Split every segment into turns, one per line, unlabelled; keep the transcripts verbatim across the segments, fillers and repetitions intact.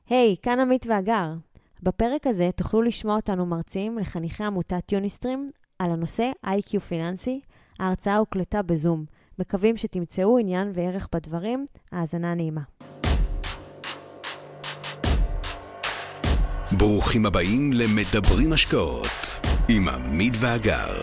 היי, hey, כאן עמית ואגר. בפרק הזה תוכלו לשמוע אותנו מרצים לחניכי עמותת יוניסטרים על הנושא איי קיו פיננסי. ההרצאה הוקלטה בזום. מקווים שתמצאו עניין וערך בדברים. האזנה נעימה.
ברוכים הבאים למדברים השקעות עם עמית ואגר.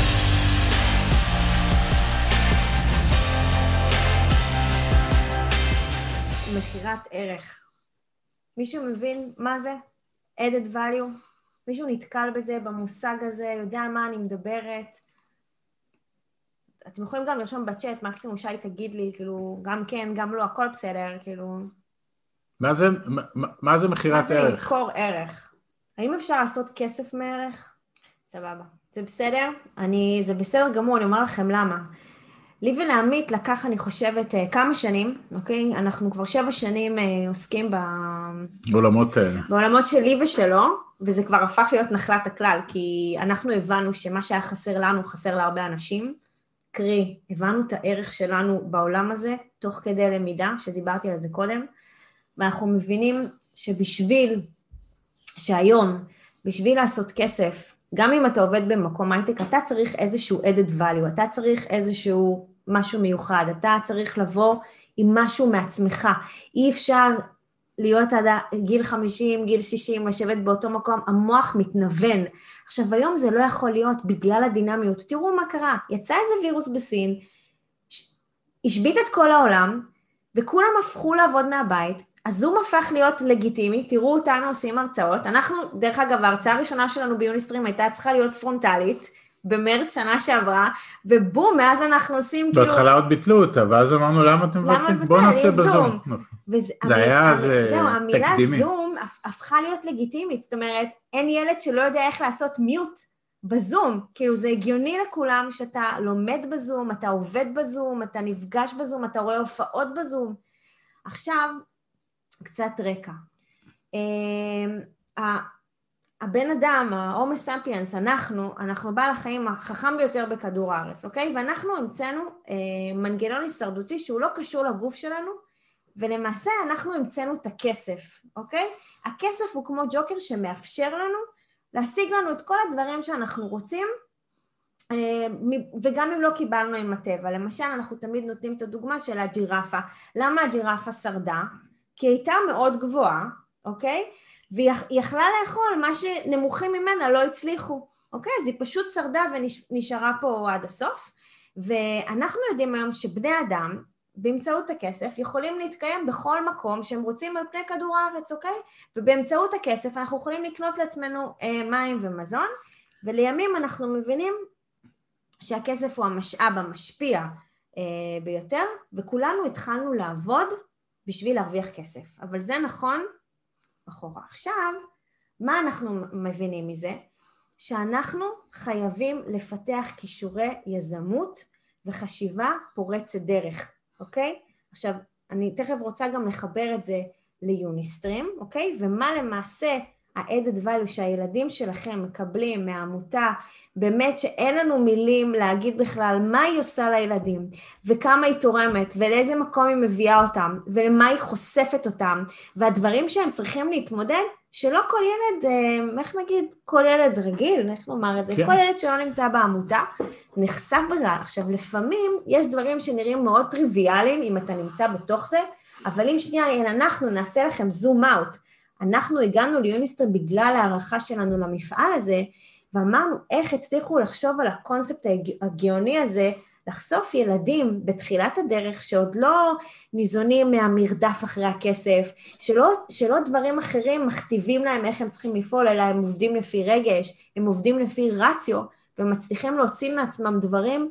מחירת ערך. מישהו מבין מה זה? added value? מישהו נתקל בזה, במושג הזה, יודע על מה אני מדברת? אתם יכולים גם לרשום בצ'אט, מקסימום שי תגיד לי, כאילו, גם כן, גם לא, הכל בסדר, כאילו...
מה זה, מה, מה זה מחירת ערך?
מה זה למכור ערך? האם אפשר לעשות כסף מערך? סבבה. זה בסדר? אני, זה בסדר גמור, אני אומר לכם למה. לי ולעמית לקח, אני חושבת, כמה שנים, אוקיי? אנחנו כבר שבע שנים עוסקים ב...
בעולמות האלה.
בעולמות שלי ושלו, וזה כבר הפך להיות נחלת הכלל, כי אנחנו הבנו שמה שהיה חסר לנו, חסר להרבה אנשים. קרי, הבנו את הערך שלנו בעולם הזה, תוך כדי למידה, שדיברתי על זה קודם, ואנחנו מבינים שבשביל, שהיום, בשביל לעשות כסף, גם אם אתה עובד במקום הייטק, אתה צריך איזשהו added value, אתה צריך איזשהו משהו מיוחד, אתה צריך לבוא עם משהו מעצמך. אי אפשר להיות עד גיל חמישים, גיל שישים, לשבת באותו מקום, המוח מתנוון. עכשיו, היום זה לא יכול להיות בגלל הדינמיות. תראו מה קרה, יצא איזה וירוס בסין, השבית את כל העולם, וכולם הפכו לעבוד מהבית, הזום הפך להיות לגיטימי, תראו אותנו עושים הרצאות, אנחנו, דרך אגב, ההרצאה הראשונה שלנו ביוניסטרים הייתה צריכה להיות פרונטלית, במרץ שנה שעברה, ובום, מאז אנחנו עושים כאילו...
בהתחלה עוד ביטלו אותה, ואז אמרנו, למה אתם מבטלים? בואו נעשה בזום. זה היה זה
תקדימי. זהו, המילה זום הפכה להיות לגיטימית, זאת אומרת, אין ילד שלא יודע איך לעשות מיוט בזום, כאילו זה הגיוני לכולם שאתה לומד בזום, אתה עובד בזום, אתה נפגש בזום, אתה רואה הופעות בזום. עכשיו, קצת רקע. הבן אדם, ההומו ספיאנס, אנחנו, אנחנו בעל החיים החכם ביותר בכדור הארץ, אוקיי? ואנחנו המצאנו מנגנון הישרדותי שהוא לא קשור לגוף שלנו, ולמעשה אנחנו המצאנו את הכסף, אוקיי? הכסף הוא כמו ג'וקר שמאפשר לנו להשיג לנו את כל הדברים שאנחנו רוצים, וגם אם לא קיבלנו עם הטבע. למשל, אנחנו תמיד נותנים את הדוגמה של הג'ירפה. למה הג'ירפה שרדה? כי היא הייתה מאוד גבוהה, אוקיי? והיא יכלה לאכול, מה שנמוכים ממנה לא הצליחו, אוקיי? אז היא פשוט שרדה ונשארה פה עד הסוף, ואנחנו יודעים היום שבני אדם, באמצעות הכסף, יכולים להתקיים בכל מקום שהם רוצים על פני כדור הארץ, אוקיי? ובאמצעות הכסף אנחנו יכולים לקנות לעצמנו אה, מים ומזון, ולימים אנחנו מבינים שהכסף הוא המשאב המשפיע אה, ביותר, וכולנו התחלנו לעבוד בשביל להרוויח כסף. אבל זה נכון אחורה. עכשיו, מה אנחנו מבינים מזה? שאנחנו חייבים לפתח כישורי יזמות וחשיבה פורצת דרך, אוקיי? עכשיו, אני תכף רוצה גם לחבר את זה ליוניסטרים, אוקיי? ומה למעשה ה-added value שהילדים שלכם מקבלים מהעמותה, באמת שאין לנו מילים להגיד בכלל מה היא עושה לילדים, וכמה היא תורמת, ולאיזה מקום היא מביאה אותם, ולמה היא חושפת אותם, והדברים שהם צריכים להתמודד, שלא כל ילד, איך נגיד, כל ילד רגיל, איך נאמר את זה, כן. כל ילד שלא נמצא בעמותה, נחשף בגלל. עכשיו, לפעמים יש דברים שנראים מאוד טריוויאליים, אם אתה נמצא בתוך זה, אבל אם שנייה, אנחנו נעשה לכם זום אאוט, אנחנו הגענו ליוניסטרים בגלל הערכה שלנו למפעל הזה, ואמרנו איך הצליחו לחשוב על הקונספט הגאוני הזה, לחשוף ילדים בתחילת הדרך שעוד לא ניזונים מהמרדף אחרי הכסף, שלא, שלא דברים אחרים מכתיבים להם איך הם צריכים לפעול, אלא הם עובדים לפי רגש, הם עובדים לפי רציו, ומצליחים להוציא מעצמם דברים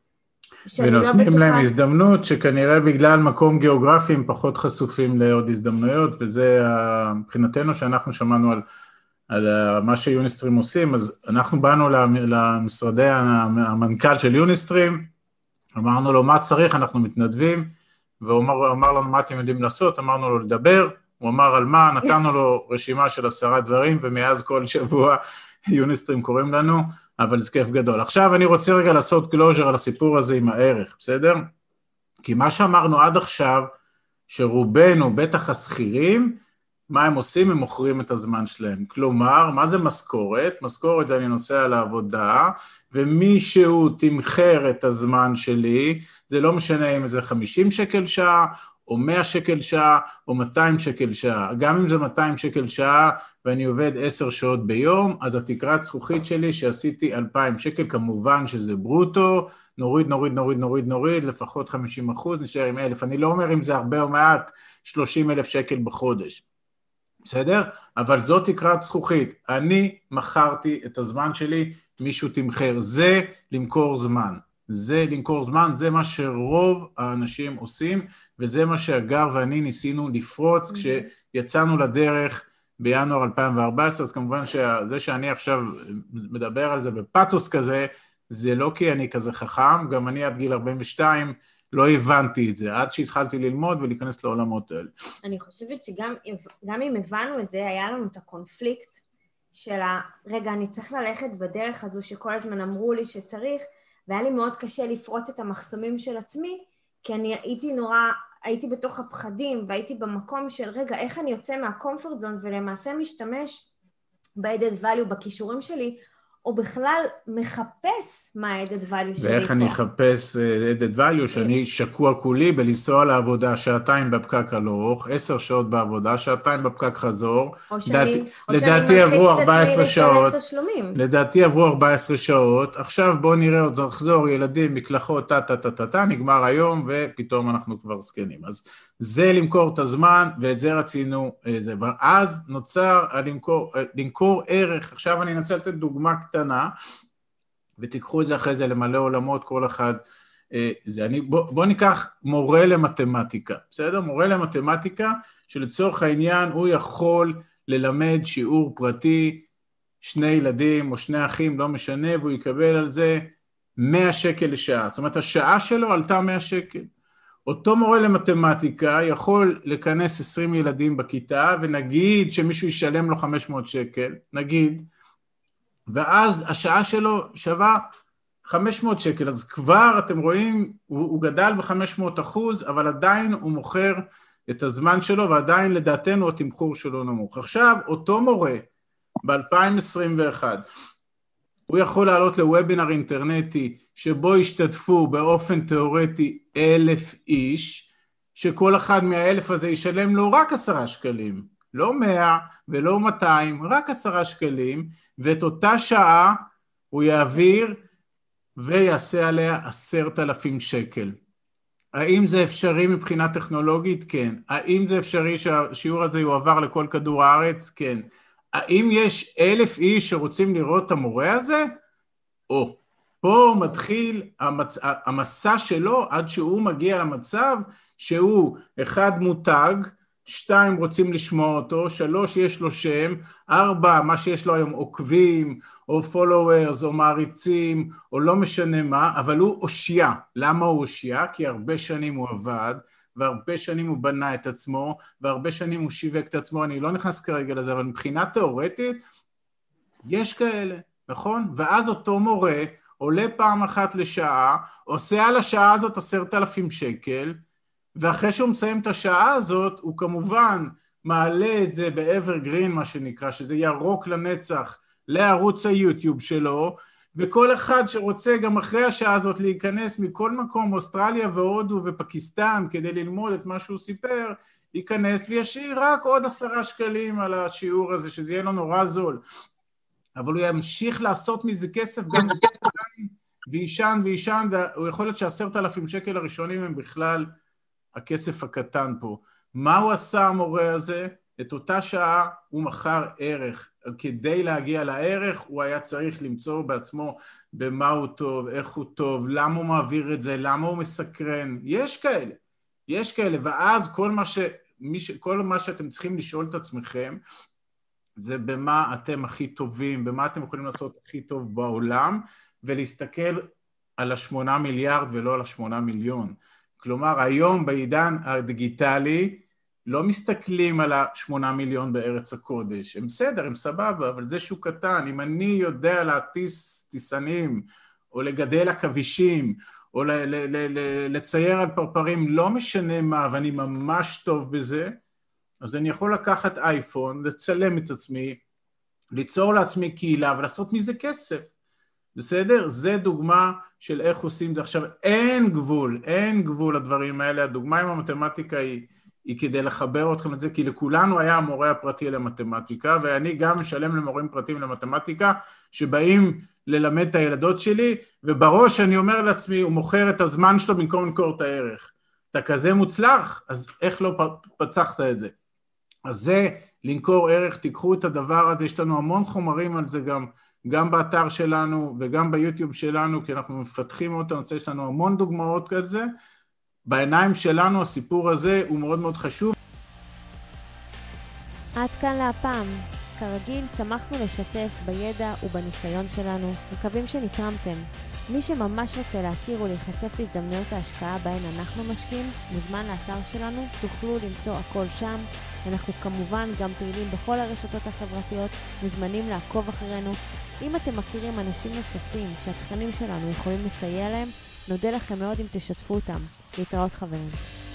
ונותנים לא להם הזדמנות שכנראה בגלל מקום גיאוגרפי הם פחות חשופים לעוד הזדמנויות, וזה מבחינתנו שאנחנו שמענו על, על מה שיוניסטרים עושים, אז אנחנו באנו למשרדי המנכ"ל של יוניסטרים, אמרנו לו מה צריך, אנחנו מתנדבים, והוא אמר, אמר לנו מה אתם יודעים לעשות, אמרנו לו לדבר, הוא אמר על מה, נתנו לו רשימה של עשרה דברים, ומאז כל שבוע יוניסטרים קוראים לנו, אבל זה כיף גדול. עכשיו אני רוצה רגע לעשות קלוז'ר על הסיפור הזה עם הערך, בסדר? כי מה שאמרנו עד עכשיו, שרובנו, בטח הסחירים, מה הם עושים? הם מוכרים את הזמן שלהם. כלומר, מה זה משכורת? משכורת זה אני נוסע לעבודה, ומישהו תמחר את הזמן שלי, זה לא משנה אם זה חמישים שקל שעה, או מאה שקל שעה, או מאתיים שקל שעה. גם אם זה מאתיים שקל שעה, ואני עובד עשר שעות ביום, אז התקרת זכוכית שלי שעשיתי אלפיים שקל, כמובן שזה ברוטו, נוריד, נוריד, נוריד, נוריד, נוריד, לפחות חמישים אחוז, נשאר עם אלף. אני לא אומר אם זה הרבה או מעט, שלושים אלף שקל בחודש. בסדר? אבל זאת תקרת זכוכית. אני מכרתי את הזמן שלי, מישהו תמחר. זה למכור זמן. זה למכור זמן, זה מה שרוב האנשים עושים, וזה מה שהגר ואני ניסינו לפרוץ כשיצאנו לדרך בינואר אלפיים וארבע עשרה, אז כמובן שזה שאני עכשיו מדבר על זה בפאטוס כזה, זה לא כי אני כזה חכם, גם אני עד גיל ארבעים ושתיים לא הבנתי את זה, עד שהתחלתי ללמוד ולהיכנס לעולמות האלה.
אני חושבת שגם גם אם הבנו את זה, היה לנו את הקונפליקט של הרגע, אני צריך ללכת בדרך הזו שכל הזמן אמרו לי שצריך, והיה לי מאוד קשה לפרוץ את המחסומים של עצמי, כי אני הייתי נורא, הייתי בתוך הפחדים, והייתי במקום של רגע, איך אני יוצא מהקומפורט זון, ולמעשה משתמש ב-added value בכישורים שלי, או בכלל מחפש מה ה-added value שלי.
ואיך אני אחפש added value, שאני שקוע כולי בלנסוע לעבודה, שעתיים בפקק הלוך, עשר שעות בעבודה, שעתיים בפקק חזור,
או שאני
לדעתי עברו ארבע עשרה שעות,
תשלומים.
לדעתי עברו ארבע עשרה שעות, עכשיו בואו נראה עוד נחזור, ילדים, מקלחות, טה, טה, טה, טה, טה, נגמר היום, ופתאום אנחנו כבר זקנים. אז זה למכור את הזמן, ואת זה רצינו, זה. ואז נוצר למכור, למכור ערך. עכשיו אני אנסה לתת דוגמה קטנה, ותיקחו את זה אחרי זה למלא עולמות, כל אחד, זה. אני, בוא, בוא ניקח מורה למתמטיקה, בסדר? מורה למתמטיקה, שלצורך העניין הוא יכול ללמד שיעור פרטי, שני ילדים או שני אחים, לא משנה, והוא יקבל על זה מאה שקל לשעה. זאת אומרת, השעה שלו עלתה מאה שקל. אותו מורה למתמטיקה יכול לכנס עשרים ילדים בכיתה, ונגיד שמישהו ישלם לו חמש מאות שקל, נגיד, ואז השעה שלו שווה חמש מאות שקל, אז כבר אתם רואים, הוא, הוא גדל ב-חמש מאות אחוז, אבל עדיין הוא מוכר את הזמן שלו, ועדיין לדעתנו התמחור שלו נמוך. עכשיו, אותו מורה, ב-אלפיים עשרים ואחת, הוא יכול לעלות לוובינר אינטרנטי, שבו ישתתפו באופן תיאורטי אלף איש, שכל אחד מהאלף הזה ישלם לו רק עשרה שקלים, לא מאה ולא מאתיים, רק עשרה שקלים, ואת אותה שעה הוא יעביר ויעשה עליה עשרת אלפים שקל. האם זה אפשרי מבחינה טכנולוגית? כן. האם זה אפשרי שהשיעור הזה יועבר לכל כדור הארץ? כן. האם יש אלף איש שרוצים לראות את המורה הזה? או, פה מתחיל המצ... המסע שלו עד שהוא מגיע למצב שהוא אחד מותג, שתיים רוצים לשמוע אותו, שלוש יש לו שם, ארבע מה שיש לו היום עוקבים, או followers, או מעריצים, או לא משנה מה, אבל הוא אושייה. למה הוא אושייה? כי הרבה שנים הוא עבד, והרבה שנים הוא בנה את עצמו, והרבה שנים הוא שיווק את עצמו, אני לא נכנס כרגע לזה, אבל מבחינה תיאורטית, יש כאלה, נכון? ואז אותו מורה עולה פעם אחת לשעה, עושה על השעה הזאת עשרת אלפים שקל, ואחרי שהוא מסיים את השעה הזאת, הוא כמובן מעלה את זה ב-evergreen, מה שנקרא, שזה ירוק לנצח, לערוץ היוטיוב שלו, וכל אחד שרוצה גם אחרי השעה הזאת להיכנס מכל מקום, אוסטרליה והודו ופקיסטן, כדי ללמוד את מה שהוא סיפר, ייכנס וישאיר רק עוד עשרה שקלים על השיעור הזה, שזה יהיה לו נורא זול. אבל הוא ימשיך לעשות מזה כסף גם וישן וישן, והוא יכול להיות שעשרת אלפים שקל הראשונים הם בכלל הכסף הקטן פה. מה הוא עשה המורה הזה? את אותה שעה הוא מכר ערך. כדי להגיע לערך הוא היה צריך למצוא בעצמו במה הוא טוב, איך הוא טוב, למה הוא מעביר את זה, למה הוא מסקרן. יש כאלה, יש כאלה, ואז כל מה, ש, כל מה שאתם צריכים לשאול את עצמכם, זה במה אתם הכי טובים, במה אתם יכולים לעשות הכי טוב בעולם, ולהסתכל על השמונה מיליארד ולא על השמונה מיליון. כלומר, היום בעידן הדיגיטלי, לא מסתכלים על השמונה מיליון בארץ הקודש. הם בסדר, הם סבבה, אבל זה שוק קטן. אם אני יודע להטיס טיסנים, או לגדל עכבישים, או ל- ל- ל- לצייר על פרפרים, לא משנה מה, ואני ממש טוב בזה, אז אני יכול לקחת אייפון, לצלם את עצמי, ליצור לעצמי קהילה ולעשות מזה כסף. בסדר? זה דוגמה של איך עושים זה. עכשיו, אין גבול, אין גבול לדברים האלה. הדוגמה עם המתמטיקה היא, היא כדי לחבר אתכם את זה, כי לכולנו היה המורה הפרטי למתמטיקה, ואני גם משלם למורים פרטיים למתמטיקה, שבאים ללמד את הילדות שלי, ובראש אני אומר לעצמי, הוא מוכר את הזמן שלו במקום למכור את הערך. אתה כזה מוצלח, אז איך לא פצחת את זה? אז זה למכור ערך, תיקחו את הדבר הזה, יש לנו המון חומרים על זה גם, גם באתר שלנו וגם ביוטיוב שלנו, כי אנחנו מפתחים אותה, אני רוצה, יש לנו המון דוגמאות על זה, בעיניים שלנו הסיפור הזה הוא מאוד מאוד חשוב.
עד כאן להפעם. כרגיל, שמחנו לשתף בידע ובניסיון שלנו, מקווים שנתרמתם. מי שממש רוצה להכיר ולהיחשף להזדמנויות ההשקעה בהן אנחנו משקיעים, מוזמן לאתר שלנו, תוכלו למצוא הכל שם. אנחנו כמובן גם פעילים בכל הרשתות החברתיות, מוזמנים לעקוב אחרינו. אם אתם מכירים אנשים נוספים שהתכנים שלנו יכולים לסייע להם, נודה לכם מאוד אם תשתפו אותם. להתראות חברים.